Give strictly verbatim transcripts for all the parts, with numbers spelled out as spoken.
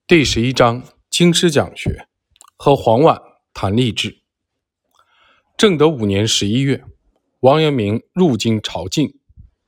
第十一章京师讲学，和黄婉谈励志。正德五年十一月，王阳明入京朝觐。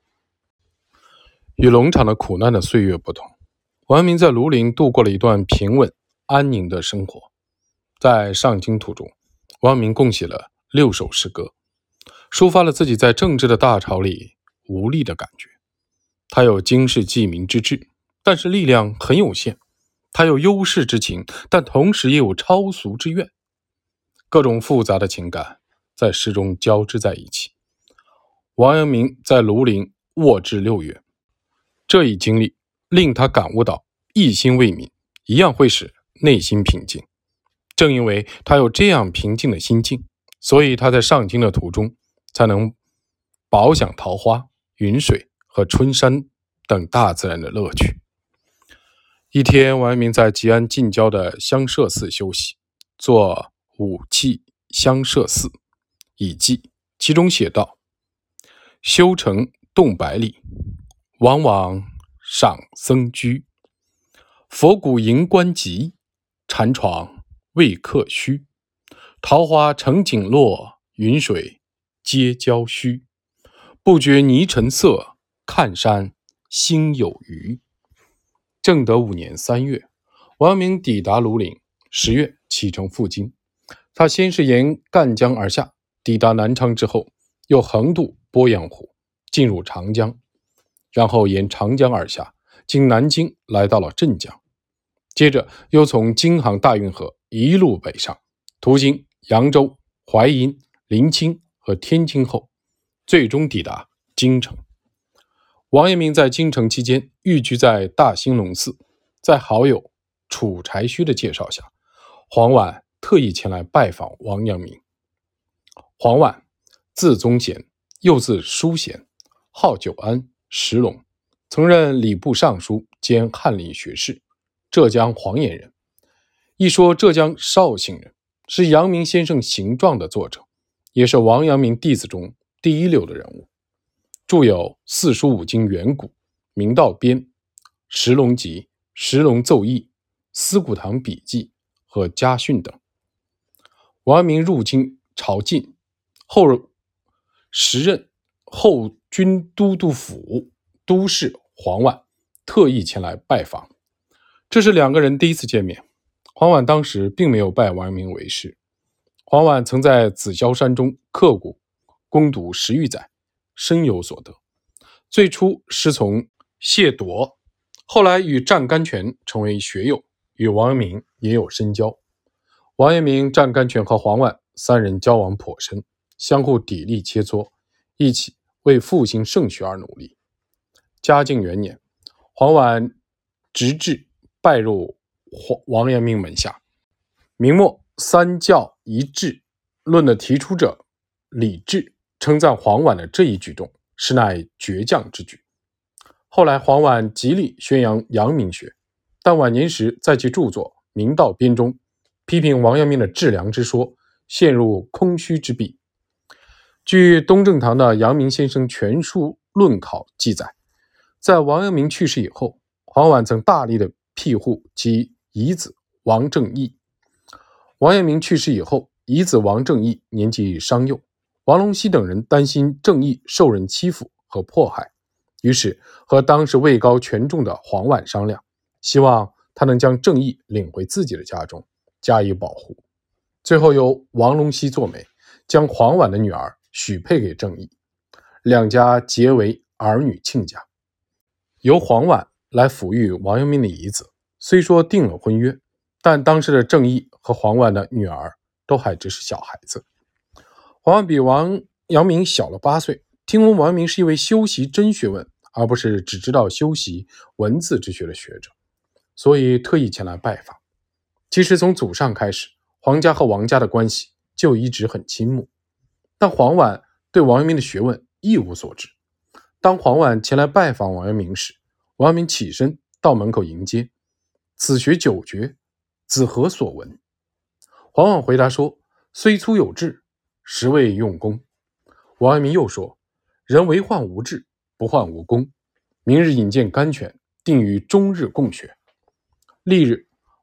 与龙场的苦难的岁月不同，王阳明在庐陵度过了一段平稳安宁的生活。在上京途中，王阳明共写了六首诗歌，抒发了自己在政治的大潮里无力的感觉。他有经世济民之志，但是力量很有限。他有忧世之情，但同时也有超俗之愿。各种复杂的情感在诗中交织在一起。王阳明在庐陵卧至六月，这一经历令他感悟到一心为民一样会使内心平静。正因为他有这样平静的心境，所以他在上京的途中才能饱享桃花、云水和春山等大自然的乐趣。一天，王阳明在吉安近郊的香舍寺休息，作五气香舍寺以记，其中写道：修成动百里，往往赏僧居。佛骨迎观集，禅床为客虚。桃花成景落，云水皆郊虚。不觉泥尘色，看山心有余。正德五年三月，王阳明抵达庐陵，十月启程赴京。他先是沿赣江而下，抵达南昌之后，又横渡鄱阳湖，进入长江，然后沿长江而下，经南京来到了镇江，接着又从京杭大运河一路北上，途经扬州、淮阴、临清和天津后，最终抵达京城。王阳明在京城期间寓居在大兴隆寺，在好友楚柴虚的介绍下，黄婉特意前来拜访王阳明。黄婉字宗贤，又字淑贤，号九安、石龙，曾任礼部尚书兼翰林学士，浙江黄岩人。一说浙江绍兴人，是阳明先生形状的作者，也是王阳明弟子中第一流的人物。著有《四书五经远古》《明道编》《石龙集》《石龙奏议》《思古堂笔记》和《家训》等。王阳明入京朝觐后，时任后军都督府都事黄婉特意前来拜访，这是两个人第一次见面。黄婉当时并没有拜王阳明为师。黄婉曾在紫霄山中刻苦攻读十余载，深有所得。最初师从谢铎，后来与湛甘泉成为学友，与王阳明也有深交。王阳明、湛甘泉和黄婉三人交往颇深，相互砥砺切磋，一起为复兴圣学而努力。嘉靖元年，黄婉直至拜入王阳明门下。明末三教一致论的提出者李治称赞黄婉的这一举动是乃倔强之举。后来黄婉极力宣扬阳明学，但晚年时在其著作《明道编》中批评王阳明的致良之说陷入空虚之弊。据东正堂的阳明先生全书论考记载，在王阳明去世以后，黄婉曾大力的庇护其遗子王正义。王阳明去世以后，遗子王正义年纪尚幼，王龙溪等人担心正义受人欺负和迫害，于是和当时位高权重的黄婉商量，希望他能将正义领回自己的家中加以保护。最后由王龙溪作媒，将黄婉的女儿许配给正义，两家结为儿女亲家。由黄婉来抚育王阳明的遗子，虽说定了婚约，但当时的正义和黄婉的女儿都还只是小孩子。黄婉比王阳明小了八岁，听闻王阳明是一位修习真学问，而不是只知道修习文字之学的学者，所以特意前来拜访。其实从祖上开始，黄家和王家的关系就一直很亲睦，但黄婉对王阳明的学问一无所知。当黄婉前来拜访王阳明时，王阳明起身到门口迎接，此学久绝，子何所闻？黄婉回答说，虽粗有志，实为用功。王阳明又说，人为患无志，不患无功。明日引荐甘泉，定于终日共学。翌日，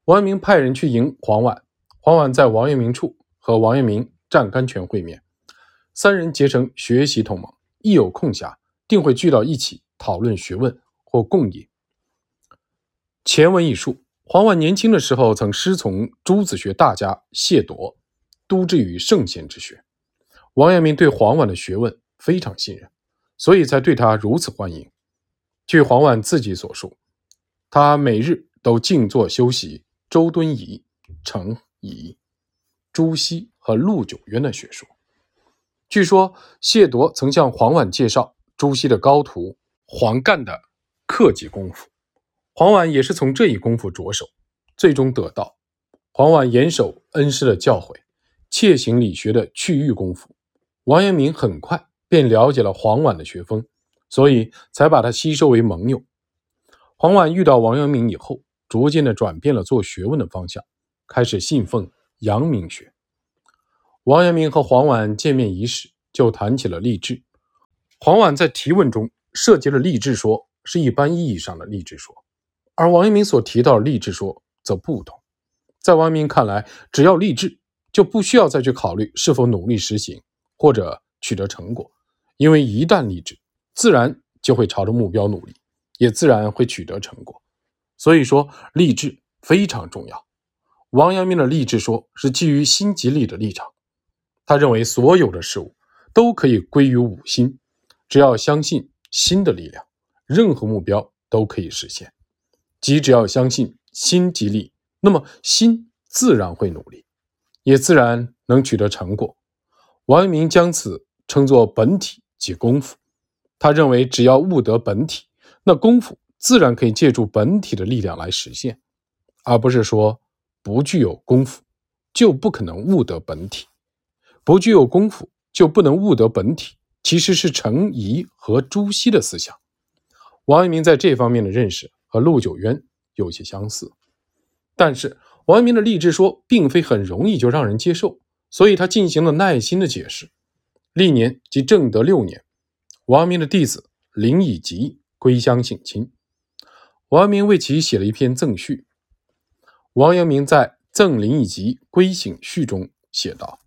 王阳明派人去迎黄婉，黄婉在王阳明处和王阳明、湛甘泉会面，三人结成学习同盟，一有空暇定会聚到一起讨论学问或共饮。前文一述，黄婉年轻的时候曾师从朱子学大家谢铎，督之于圣贤之学。王阳明对黄婉的学问非常信任，所以才对他如此欢迎。据黄婉自己所述，他每日都静坐修习周敦颐、程颐、朱熹和陆九渊的学说。据说谢铎曾向黄婉介绍朱熹的高徒黄干的克己功夫，黄婉也是从这一功夫着手，最终得道。黄婉严守恩师的教诲，切行理学的去欲功夫，王阳明很快便了解了黄婉的学风，所以才把他吸收为盟友。黄婉遇到王阳明以后，逐渐地转变了做学问的方向，开始信奉阳明学。王阳明和黄婉见面仪式，就谈起了励志。黄婉在提问中涉及了励志说，是一般意义上的励志说，而王阳明所提到的励志说则不同。在王阳明看来，只要励志，就不需要再去考虑是否努力实行或者取得成果，因为一旦励志，自然就会朝着目标努力，也自然会取得成果。所以说，励志非常重要。王阳明的励志说是基于心即力的立场，他认为所有的事物都可以归于五心，只要相信心的力量，任何目标都可以实现。即只要相信心即力，那么心自然会努力，也自然能取得成果。王阳明将此称作本体即功夫，他认为只要悟得本体，那功夫自然可以借助本体的力量来实现，而不是说不具有功夫就不可能悟得本体。不具有功夫就不能悟得本体，其实是程颐和朱熹的思想。王阳明在这方面的认识和陆九渊有些相似，但是王阳明的励志说并非很容易就让人接受，所以他进行了耐心的解释。历年即正德六年，王阳明的弟子林以吉归乡省亲，王阳明为其写了一篇赠序。王阳明在赠林以吉归省序中写道：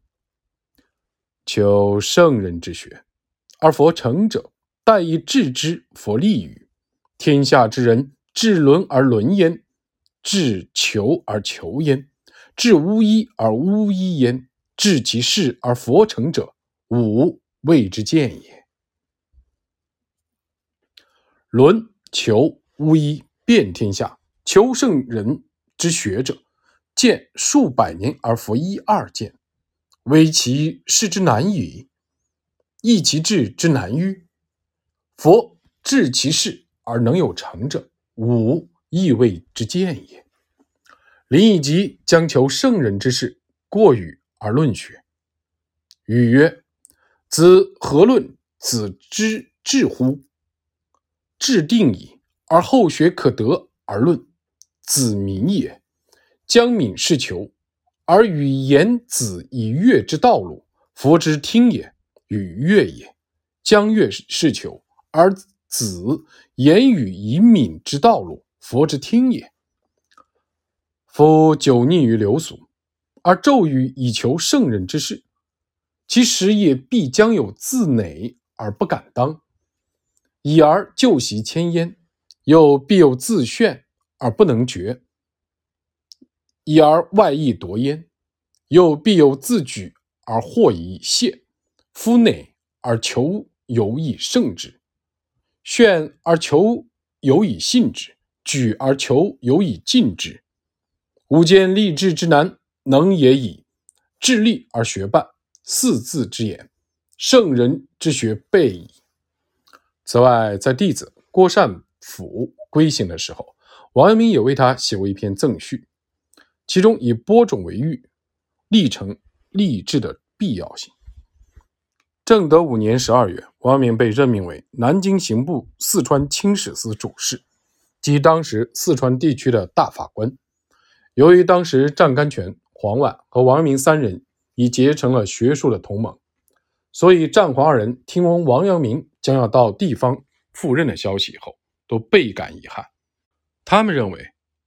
求圣人之学，而佛成者，殆以治之佛利与。天下之人，治伦而伦焉，治求而求焉，治巫医而巫医焉，治其事而佛成者，吾谓之见也。伦、求、巫医遍天下，求圣人之学者，见数百年而佛一二见，微其事之难矣，易其治之难於。佛治其事而能有成者，吾亦谓之见也。林以吉将求圣人之事过语而论学，语曰：子何论子之至乎？至定矣，而后学可得而论，子民也。将敏是求，而语言子以悦之道路，佛之听也，与悦也。将悦是求，而子言语以敏之道路，佛之听也。夫久溺于流俗，而骤语以求圣人之事，其实也必将有自馁而不敢当，已而旧习迁焉，又必有自炫而不能决，已而外意夺焉，又必有自举而或以谢。夫馁而求有以胜之，炫而求有以信之，举而求有以进之。吾见立志之难，能也已；致力而学办，四字之言，圣人之学备矣。此外，在弟子郭善甫归省的时候，王阳明也为他写过一篇赠序，其中以播种为喻，历程励志的必要性。正德五年十二月，王阳明被任命为南京刑部四川清史司主事，即当时四川地区的大法官。由于当时湛甘泉、黄婉和王阳明三人已结成了学术的同盟，所以湛黄二人听闻王阳明将要到地方赴任的消息以后，都倍感遗憾。他们认为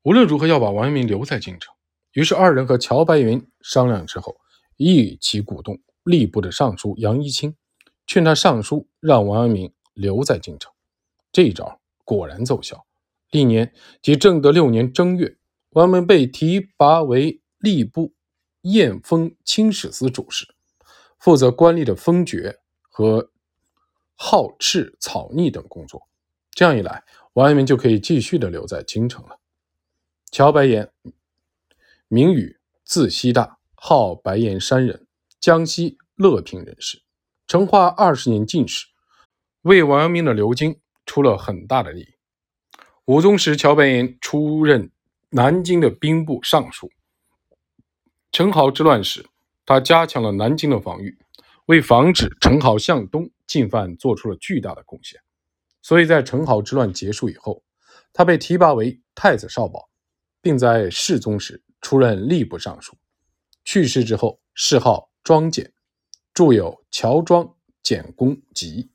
无论如何要把王阳明留在京城。于是二人和乔白云商量之后，一起鼓动吏部的尚书杨一清，劝他上书让王阳明留在京城。这一招果然奏效。历年即正德六年正月，王阳明被提拔为吏部验封清史司主事，负责官吏的封爵和号敕草拟等工作。这样一来，王阳明就可以继续的留在京城了。乔白岩，名羽，字希大，号白岩山人，江西乐平人士，成化二十年进士，为王阳明的留京出了很大的力。武宗时，乔白岩出任南京的兵部尚书。陈豪之乱时，他加强了南京的防御，为防止陈豪向东进犯做出了巨大的贡献。所以在陈豪之乱结束以后，他被提拔为太子少保，并在世宗时出任吏部尚书。去世之后，谥号庄简，著有《乔庄简公集》。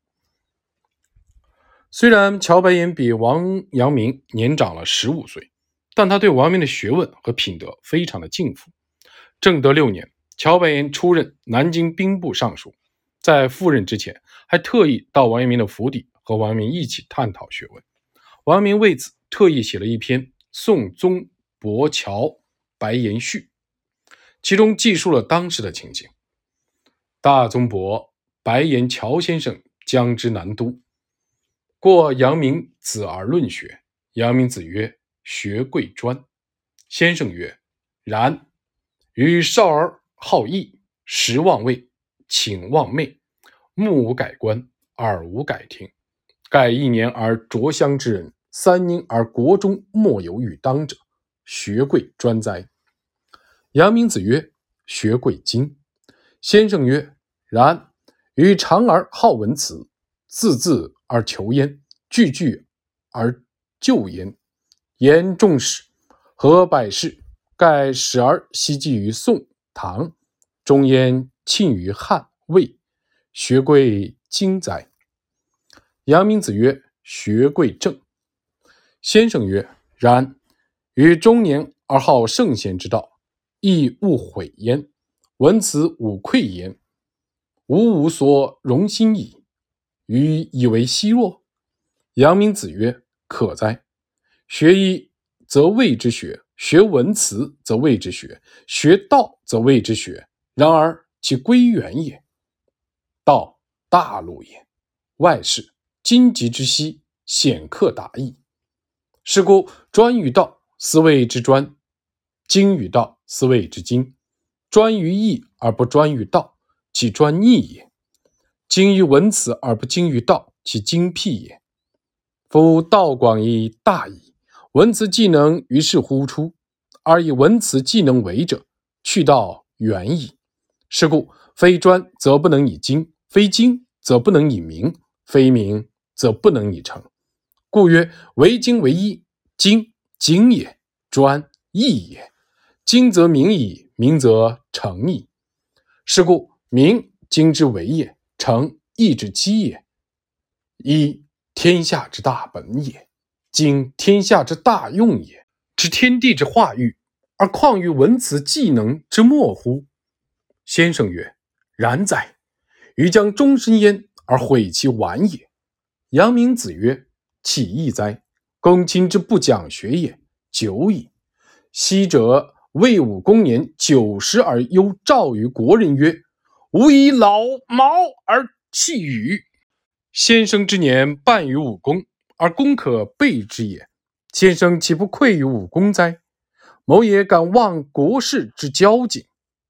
虽然乔白岩比王阳明年长了十五岁，但他对王阳明的学问和品德非常的敬服。正德六年，乔白岩出任南京兵部尚书，在赴任之前，还特意到王阳明的府邸和王阳明一起探讨学问。王阳明为此特意写了一篇《宋宗伯乔白岩序》，其中记述了当时的情形。大宗伯白岩乔先生将之南都，过阳明子而论学。阳明子曰：学贵专。先生曰：然。于少儿好义，时望位，请望昧，目无改观，耳无改听。盖一年而着乡之人，三年而国中莫有与当者，学贵专哉。阳明子曰：学贵精。先生曰：然。于常而好文辞，字字而求焉，句句而就焉，言重史，合百事，盖始而希济于宋唐，终焉庆于汉魏，学贵精哉。阳明子曰：学贵正。先生曰：然。于中年而好圣贤之道，亦勿毁焉，文辞无愧焉，吾无所容心矣，予以为奚若？阳明子曰：可哉。学医则谓之学，学文辞则谓之学，学道则谓之学，然而其归元也。道大路也，外事荆棘之息，显克达意。是故专于道，斯谓之专；精于道，斯谓之精。专于义而不专于道，其专逆也；精于文辞而不精于道，其精辟也。夫道广以大矣，文辞技能于是乎出，而以文辞技能为者，去道远矣。是故非专则不能以精，非精则不能以明，非明则不能以诚。故曰：为精为义，精精也，专义也。精则明矣，明则诚矣。是故明精之为也，诚义之基也。义天下之大本也，精天下之大用也，知天地之化育，而况于文辞技能之末乎？先生曰：然哉。予将终身焉而毁其晚也。阳明子曰：岂异哉？公卿之不讲学也，久矣。昔者魏武公年九十而忧诏于国人曰：吾以老毛而弃语。先生之年半于武公，而公可备之也。先生岂不愧于武公哉？某也敢忘国事之交警。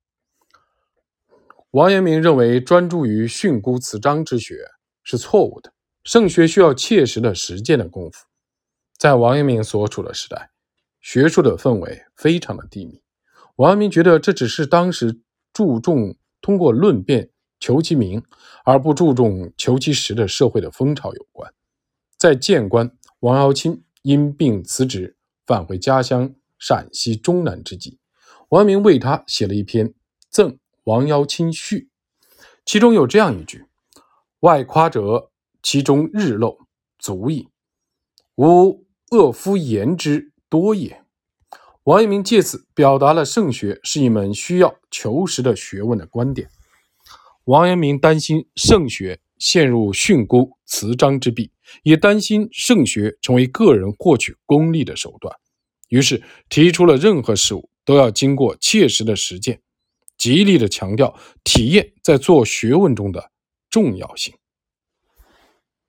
王阳明认为专注于训诂辞章之学是错误的，圣学需要切实的实践的功夫。在王阳明所处的时代，学术的氛围非常的低迷。王阳明觉得这只是当时注重通过论辩求其名，而不注重求其实的社会的风潮有关。在谏官王尧钦因病辞职，返回家乡陕西中南之际，王阳明为他写了一篇赠王尧钦序，其中有这样一句：外夸者，其中日漏足矣。吾恶夫言之多也。王阳明借此表达了圣学是一门需要求实的学问的观点。王阳明担心圣学陷入训诂辞章之弊，也担心圣学成为个人获取功利的手段，于是提出了任何事物都要经过切实的实践，极力地强调体验在做学问中的重要性。